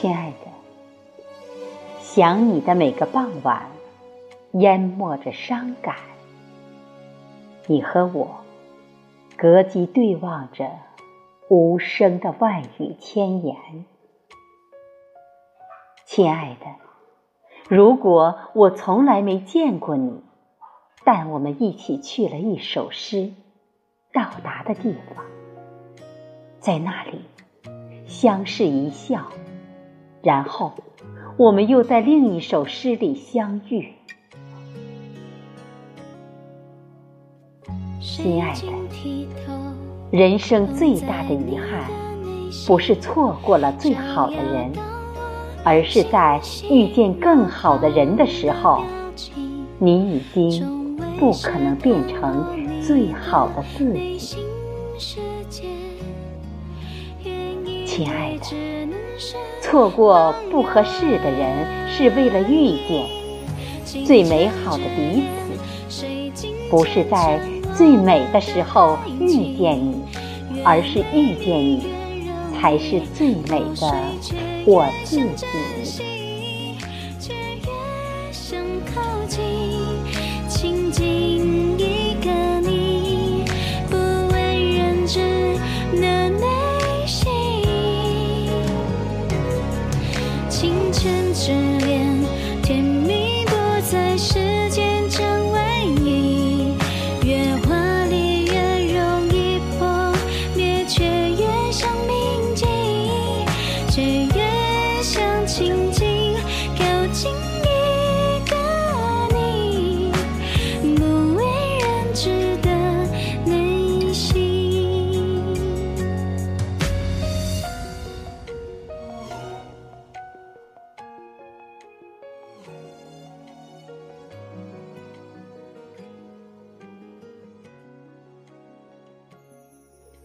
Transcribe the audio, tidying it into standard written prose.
亲爱的，想你的每个傍晚，淹没着伤感。你和我隔机对望着无声的万语千言。亲爱的，如果我从来没见过你，但我们一起去了一首诗到达的地方，在那里相视一笑，然后我们又在另一首诗里相遇。亲爱的，人生最大的遗憾，不是错过了最好的人，而是在遇见更好的人的时候，你已经不可能变成最好的自己。亲爱的，错过不合适的人，是为了遇见最美好的彼此。不是在最美的时候遇见你，而是遇见你才是最美的我自己。 亲近一个你，不为人知。